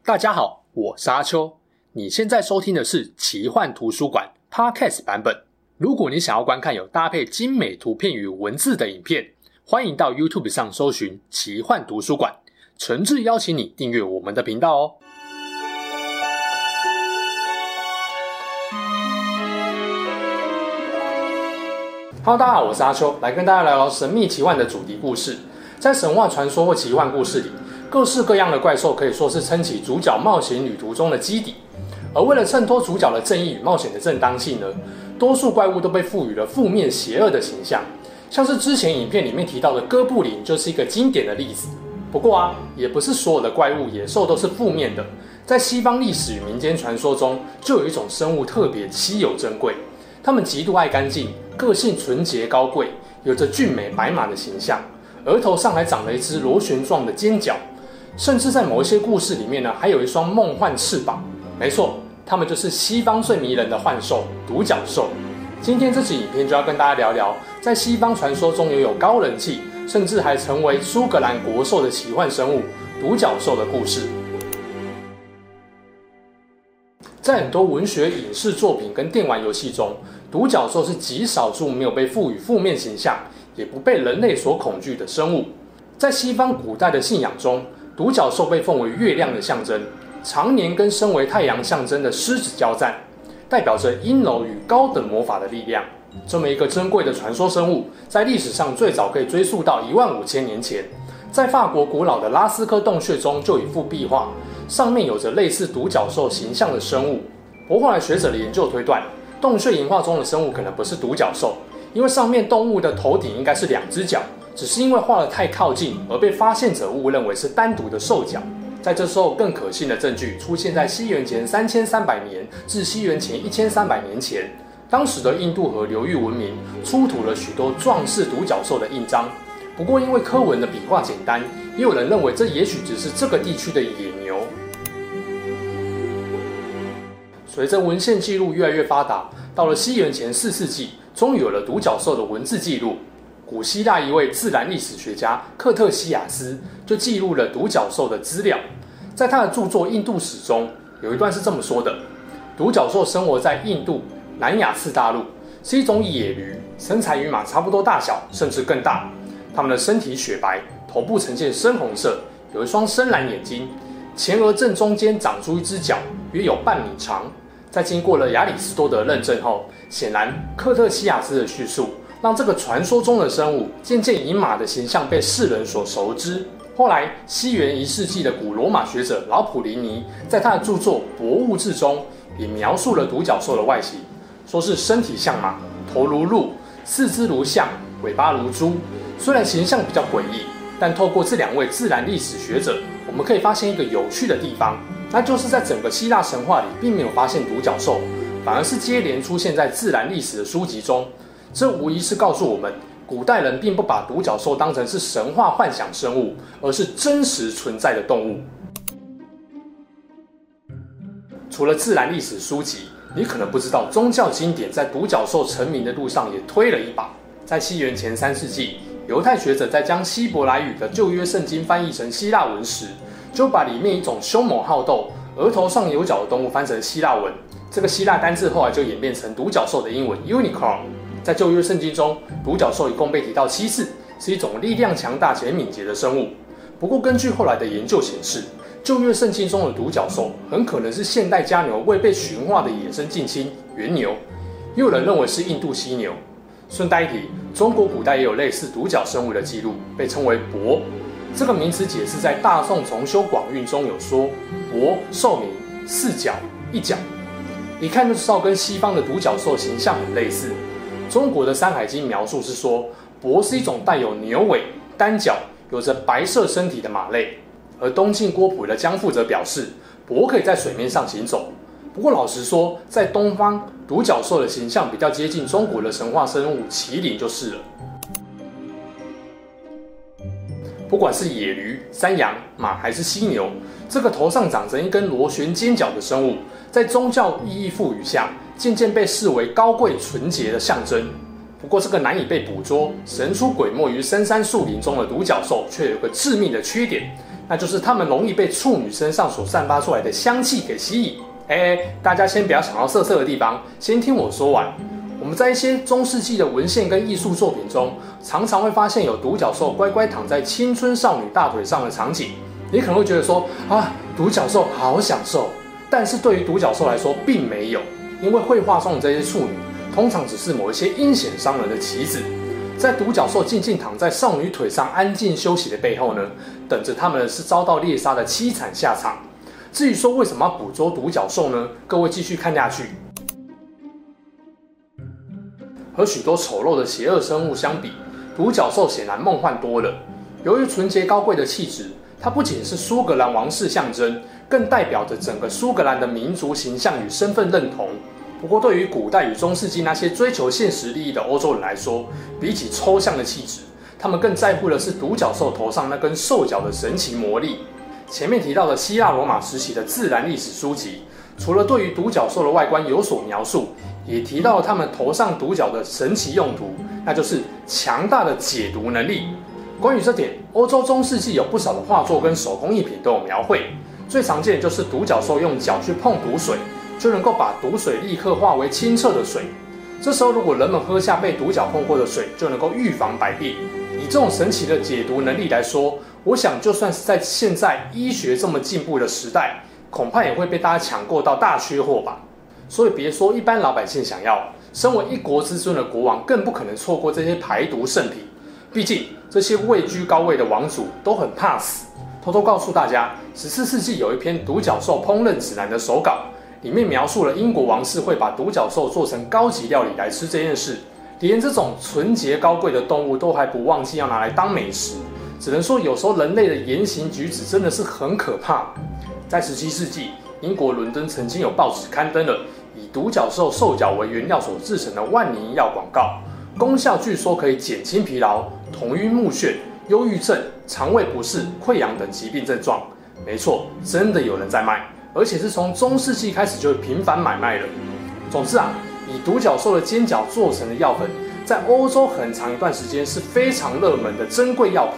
大家好，我是阿秋。你现在收听的是奇幻图书馆 Podcast 版本。如果你想要观看有搭配精美图片与文字的影片，欢迎到 YouTube 上搜寻奇幻图书馆，诚挚邀请你订阅我们的频道哦。Hello， 大家好，我是阿秋，来跟大家聊聊神秘奇幻的主题故事。在神话传说或奇幻故事里，各式各样的怪兽可以说是撑起主角冒险旅途中的基底。而为了衬托主角的正义与冒险的正当性呢，多数怪物都被赋予了负面邪恶的形象。像是之前影片里面提到的哥布林就是一个经典的例子。不过也不是所有的怪物野兽都是负面的。在西方历史与民间传说中，就有一种生物特别稀有珍贵，它们极度爱干净，个性纯洁高贵，有着俊美白马的形象，额头上还长了一只螺旋状的尖角，甚至在某一些故事里面呢，还有一双梦幻翅膀。没错，它们就是西方最迷人的幻兽独角兽。今天这集影片就要跟大家聊聊，在西方传说中拥有高人气，甚至还成为苏格兰国兽的奇幻生物独角兽的故事。在很多文学、影视作品跟电玩游戏中，独角兽是极少数没有被赋予负面形象，也不被人类所恐惧的生物。在西方古代的信仰中，独角兽被奉为月亮的象征，常年跟身为太阳象征的狮子交战，代表着阴柔与高等魔法的力量。这么一个珍贵的传说生物，在历史上最早可以追溯到15000年前，在法国古老的拉斯科洞穴中就有一幅壁画，上面有着类似独角兽形象的生物。不过后来学者的研究推断，洞穴银画中的生物可能不是独角兽，因为上面动物的头顶应该是2只脚，只是因为画得太靠近而被发现者误认为是单独的兽脚。在这时候，更可信的证据出现在西元前3300年至西元前1300年前，当时的印度河流域文明出土了许多壮士独角兽的印章。不过因为刻文的笔画简单，也有人认为这也许只是这个地区的野牛。随着文献记录越来越发达，到了西元前4世纪，终于有了独角兽的文字记录。古希腊一位自然历史学家克特西亚斯就记录了独角兽的资料。在他的著作《印度史》中，有一段是这么说的：独角兽生活在印度、南亚次大陆，是一种野驴，身材与马差不多大小，甚至更大。它们的身体雪白，头部呈现深红色，有一双深蓝眼睛，前额正中间长出一只角，约有半米长。在经过了亚里士多德认证后，显然克特西亚斯的叙述让这个传说中的生物渐渐以马的形象被世人所熟知。后来，西元1世纪的古罗马学者老普林尼在他的著作《博物志》中也描述了独角兽的外形，说是身体像马，头如鹿，四肢如象，尾巴如猪。虽然形象比较诡异，但透过这2位自然历史学者，我们可以发现一个有趣的地方，那就是在整个希腊神话里并没有发现独角兽，反而是接连出现在自然历史的书籍中。这无疑是告诉我们，古代人并不把独角兽当成是神话幻想生物，而是真实存在的动物。除了自然历史书籍，你可能不知道宗教经典在独角兽成名的路上也推了一把。在西元前3世纪，犹太学者在将希伯来语的旧约圣经翻译成希腊文时，就把里面一种凶猛好斗、额头上有角的动物翻成希腊文。这个希腊单字后来就演变成独角兽的英文 unicorn。在旧约圣经中，独角兽一共被提到7次，是一种力量强大且敏捷的生物。不过根据后来的研究显示，旧约圣经中的独角兽很可能是现代家牛未被驯化的野生近亲原牛，也有人认为是印度犀牛。顺带一提，中国古代也有类似独角生物的记录，被称为跛。这个名词解释在大宋重修广韵中有说，跛兽名4角1角，一看就知道跟西方的独角兽形象很类似。中国的《山海经》描述是说，跛是一种带有牛尾、单角、有着白色身体的马类。而东晋郭璞的江父则表示，跛可以在水面上行走。不过老实说，在东方，独角兽的形象比较接近中国的神话生物麒麟就是了。不管是野驴、山羊、马还是犀牛，这个头上长着一根螺旋尖角的生物，在宗教意义赋予下，渐渐被视为高贵纯洁的象征。不过这个难以被捕捉、神出鬼没于深山树林中的独角兽，却有个致命的缺点， 那就是它们容易被处女身上所散发出来的香气给吸引。大家先不要想到色色的地方，先听我说完。我们在一些中世纪的文献跟艺术作品中，常常会发现有独角兽乖乖躺在青春少女大腿上的场景。你可能会觉得说啊，独角兽好享受，但是对于独角兽来说并没有，因为绘画中的这些处女通常只是某一些阴险商人的棋子。在独角兽静静躺在少女腿上安静休息的背后呢，等着他们的是遭到猎杀的凄惨下场。至于说为什么要捕捉独角兽呢？各位继续看下去。和许多丑陋的邪恶生物相比，独角兽显然梦幻多了。由于纯洁高贵的气质，它不仅是苏格兰王室象征，更代表着整个苏格兰的民族形象与身份认同。不过，对于古代与中世纪那些追求现实利益的欧洲人来说，比起抽象的气质，他们更在乎的是独角兽头上那根兽角的神奇魔力。前面提到的希腊罗马时期的自然历史书籍，除了对于独角兽的外观有所描述，也提到了他们头上独角的神奇用途，那就是强大的解毒能力。关于这点，欧洲中世纪有不少的画作跟手工艺品都有描绘。最常见的就是独角兽用脚去碰毒水，就能够把毒水立刻化为清澈的水。这时候，如果人们喝下被独角碰过的水，就能够预防百病。以这种神奇的解毒能力来说，我想就算是在现在医学这么进步的时代，恐怕也会被大家抢购到大缺货吧。所以别说一般老百姓想要，身为一国之尊的国王更不可能错过这些排毒圣品。毕竟这些位居高位的王族都很怕死。偷偷告诉大家，14世纪有一篇独角兽烹饪指南的手稿，里面描述了英国王室会把独角兽做成高级料理来吃这件事。连这种纯洁高贵的动物都还不忘记要拿来当美食，只能说有时候人类的言行举止真的是很可怕。在17世纪，英国伦敦曾经有报纸刊登了以独角兽兽角为原料所制成的万年医药广告，功效据说可以减轻疲劳、头晕目眩、忧郁症、肠胃不适、溃疡等疾病症状。没错，真的有人在卖，而且是从中世纪开始就频繁买卖了。总之啊，以独角兽的尖角做成的药粉，在欧洲很长一段时间是非常热门的珍贵药品。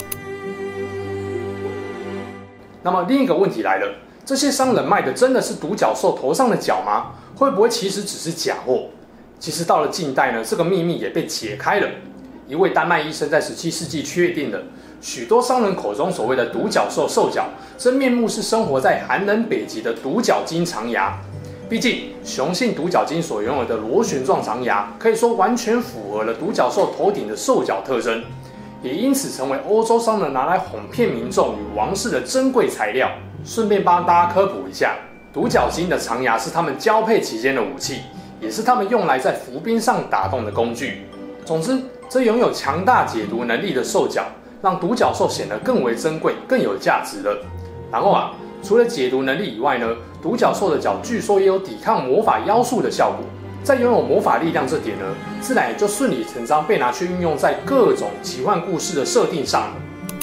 那么另一个问题来了，这些商人卖的真的是独角兽头上的角吗？会不会其实只是假货？其实到了近代呢，这个秘密也被解开了。一位丹麦医生在17世纪确定了，许多商人口中所谓的独角兽兽角，真面目是生活在寒冷北极的独角鲸长牙。毕竟，雄性独角鲸所拥有的螺旋状长牙，可以说完全符合了独角兽头顶的兽角特征，也因此成为欧洲商人拿来哄骗民众与王室的珍贵材料。顺便帮大家科普一下，独角鲸的长牙是他们交配期间的武器，也是他们用来在伏兵上打洞的工具。总之，这拥有强大解毒能力的兽角，让独角兽显得更为珍贵、更有价值了。然后啊，除了解毒能力以外呢，独角兽的角据说也有抵抗魔法妖术的效果。在拥有魔法力量这点呢，自然也就顺理成章被拿去运用在各种奇幻故事的设定上了。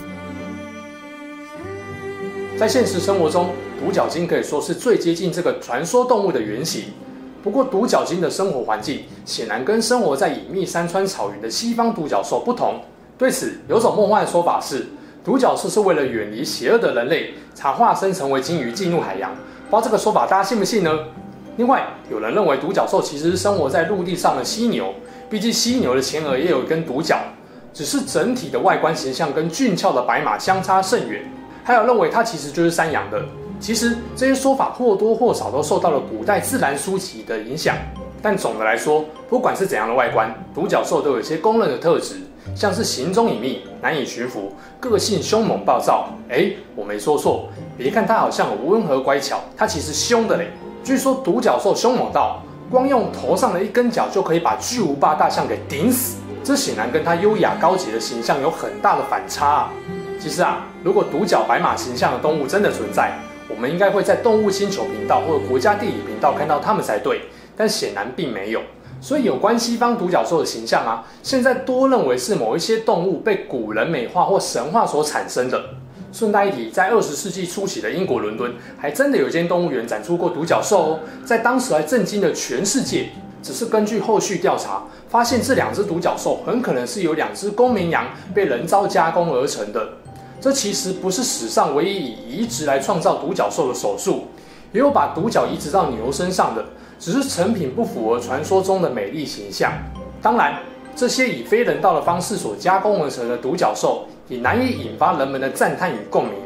在现实生活中，独角鲸可以说是最接近这个传说动物的原型。不过，独角鲸的生活环境显然跟生活在隐秘山川草原的西方独角兽不同。对此，有种梦幻的说法是，独角兽是为了远离邪恶的人类，才化身成为鲸鱼进入海洋。不知道这个说法大家信不信呢？另外，有人认为独角兽其实是生活在陆地上的犀牛，毕竟犀牛的前额也有一根独角，只是整体的外观形象跟俊俏的白马相差甚远。还有认为它其实就是山羊的。其实这些说法或多或少都受到了古代自然书籍的影响，但总的来说，不管是怎样的外观，独角兽都有一些公认的特质，像是行踪隐秘、难以驯服、个性凶猛暴躁。我没说错，别看它好像很温和乖巧，它其实凶的嘞。据说独角兽凶猛到，光用头上的一根角就可以把巨无霸大象给顶死，这显然跟它优雅高洁的形象有很大的反差啊。其实啊，如果独角白马形象的动物真的存在，我们应该会在动物星球频道或者国家地理频道看到它们才对，但显然并没有。所以有关西方独角兽的形象啊，现在多认为是某一些动物被古人美化或神话所产生的。顺带一提，在20世纪初期的英国伦敦，还真的有一间动物园展出过独角兽哦，在当时还震惊了全世界。只是根据后续调查，发现这两只独角兽很可能是由2只公绵羊被人造加工而成的。 这其实不是史上唯一以移植来创造独角兽的手术，也有把独角移植到牛身上的，只是成品不符合传说中的美丽形象。当然，这些以非人道的方式所加工而成的独角兽，也难以引发人们的赞叹与共鸣。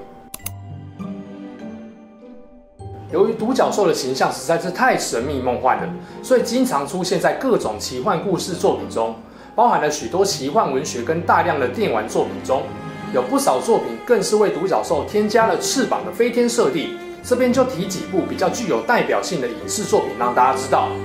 由于独角兽的形象实在是太神秘梦幻了，所以经常出现在各种奇幻故事作品中，包含了许多奇幻文学跟大量的电玩作品中，有不少作品更是为独角兽添加了翅膀的飞天设定。这边就提几部比较具有代表性的影视作品让大家知道。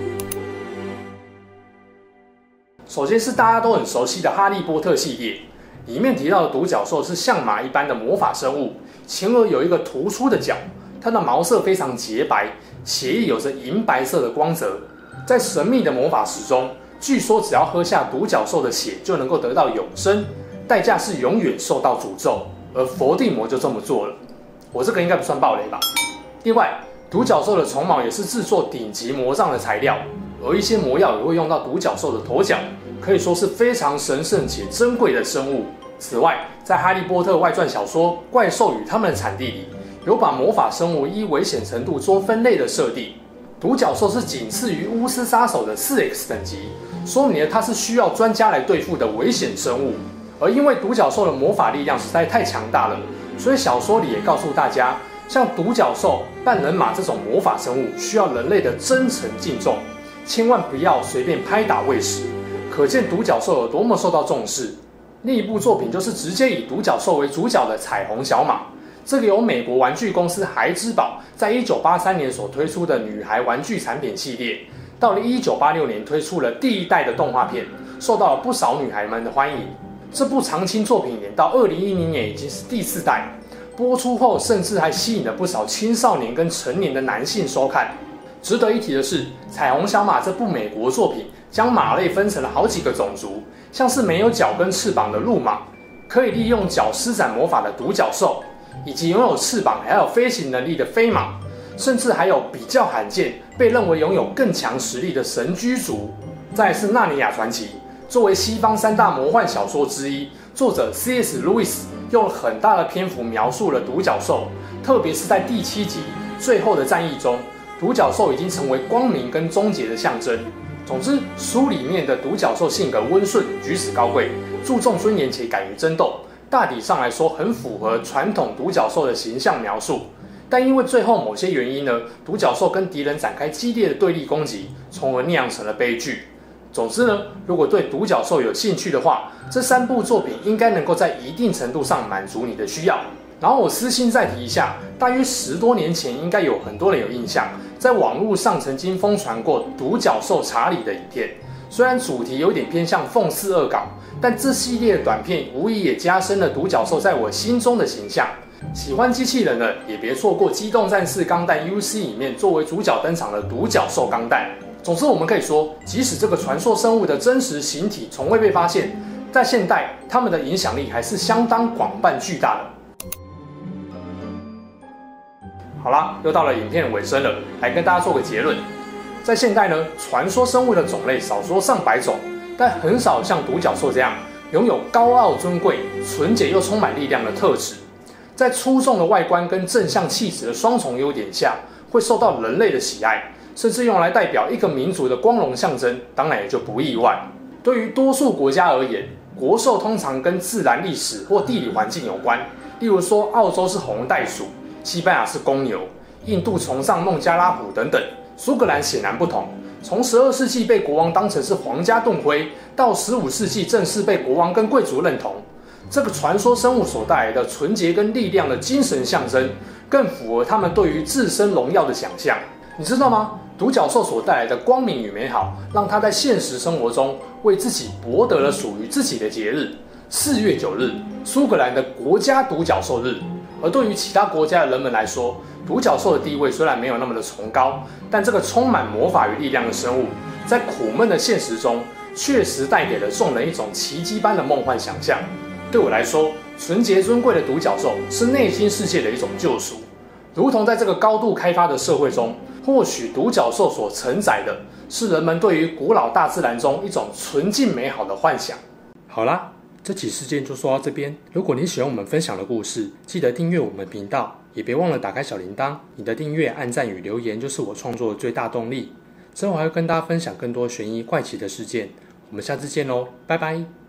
首先是大家都很熟悉的《哈利波特》系列，里面提到的独角兽是像马一般的魔法生物，前额有一个突出的角，它的毛色非常洁白，血液有着银白色的光泽。在神秘的魔法石中，据说只要喝下独角兽的血就能够得到永生，代价是永远受到诅咒，而伏地魔就这么做了。我这个应该不算暴雷吧？另外，独角兽的虫毛也是制作顶级魔杖的材料，而一些魔药也会用到独角兽的头角，可以说是非常神圣且珍贵的生物。此外，在《哈利波特》外传小说《怪兽与他们的产地》里，有把魔法生物依危险程度做分类的设定。独角兽是仅次于巫师杀手的4X 等级，说明了它是需要专家来对付的危险生物。而因为独角兽的魔法力量实在太强大了，所以小说里也告诉大家，像独角兽、半人马这种魔法生物，需要人类的真诚敬重，千万不要随便拍打喂食。可见独角兽有多么受到重视。另一部作品就是直接以独角兽为主角的《彩虹小马》，这个由美国玩具公司孩之宝在1983年所推出的女孩玩具产品系列，到了1986年推出了第一代的动画片，受到了不少女孩们的欢迎。这部长青作品演到2010年已经是第4代，播出后甚至还吸引了不少青少年跟成年的男性收看。值得一提的是，《彩虹小马》这部美国作品将马类分成了好几个种族，像是没有脚跟翅膀的鹿马，可以利用脚施展魔法的独角兽，以及拥有翅膀还有飞行能力的飞马，甚至还有比较罕见被认为拥有更强实力的神居族。再来是《纳尼亚传奇》，作为西方3大魔幻小说之一，作者 C.S. Lewis 用了很大的篇幅描述了独角兽，特别是在第7集最后的战役中，独角兽已经成为光明跟终结的象征。总之，书里面的独角兽性格温顺，举止高贵，注重尊严且敢于争斗，大体上来说很符合传统独角兽的形象描述。但因为最后某些原因呢，独角兽跟敌人展开激烈的对立攻击，从而酿成了悲剧。总之呢，如果对独角兽有兴趣的话，这3部作品应该能够在一定程度上满足你的需要。然后我私心再提一下，大约10多年前，应该有很多人有印象，在网络上曾经疯传过独角兽查理的影片。虽然主题有点偏向讽刺恶搞，但这系列的短片无疑也加深了独角兽在我心中的形象。喜欢机器人的也别错过《机动战士钢弹 UC》里面作为主角登场的独角兽钢弹。总之，我们可以说，即使这个传说生物的真实形体从未被发现，在现代，它们的影响力还是相当广泛巨大的。好啦，又到了影片的尾声了，来跟大家做个结论。在现代呢，传说生物的种类少说上百种，但很少像独角兽这样拥有高傲尊贵、纯洁又充满力量的特质。在出众的外观跟正向气质的双重优点下，会受到人类的喜爱，甚至用来代表一个民族的光荣象征，当然也就不意外。对于多数国家而言，国兽通常跟自然历史或地理环境有关，例如说澳洲是红袋鼠，西班牙是公牛，印度崇尚孟加拉虎等等。苏格兰显然不同，从12世纪被国王当成是皇家盾徽，到15世纪正式被国王跟贵族认同。这个传说生物所带来的纯洁跟力量的精神象征，更符合他们对于自身荣耀的想象。你知道吗？独角兽所带来的光明与美好，让他在现实生活中为自己博得了属于自己的节日——4月9日，苏格兰的国家独角兽日。而对于其他国家的人们来说，独角兽的地位虽然没有那么的崇高，但这个充满魔法与力量的生物，在苦闷的现实中，确实带给了众人一种奇迹般的梦幻想象。对我来说，纯洁尊贵的独角兽是内心世界的一种救赎。如同在这个高度开发的社会中，或许独角兽所承载的是人们对于古老大自然中一种纯净美好的幻想。好啦， 这起事件就说到这边。如果你喜欢我们分享的故事，记得订阅我们频道，也别忘了打开小铃铛。你的订阅、按赞与留言就是我创作的最大动力。之后还会跟大家分享更多悬疑怪奇的事件。我们下次见喽，拜拜。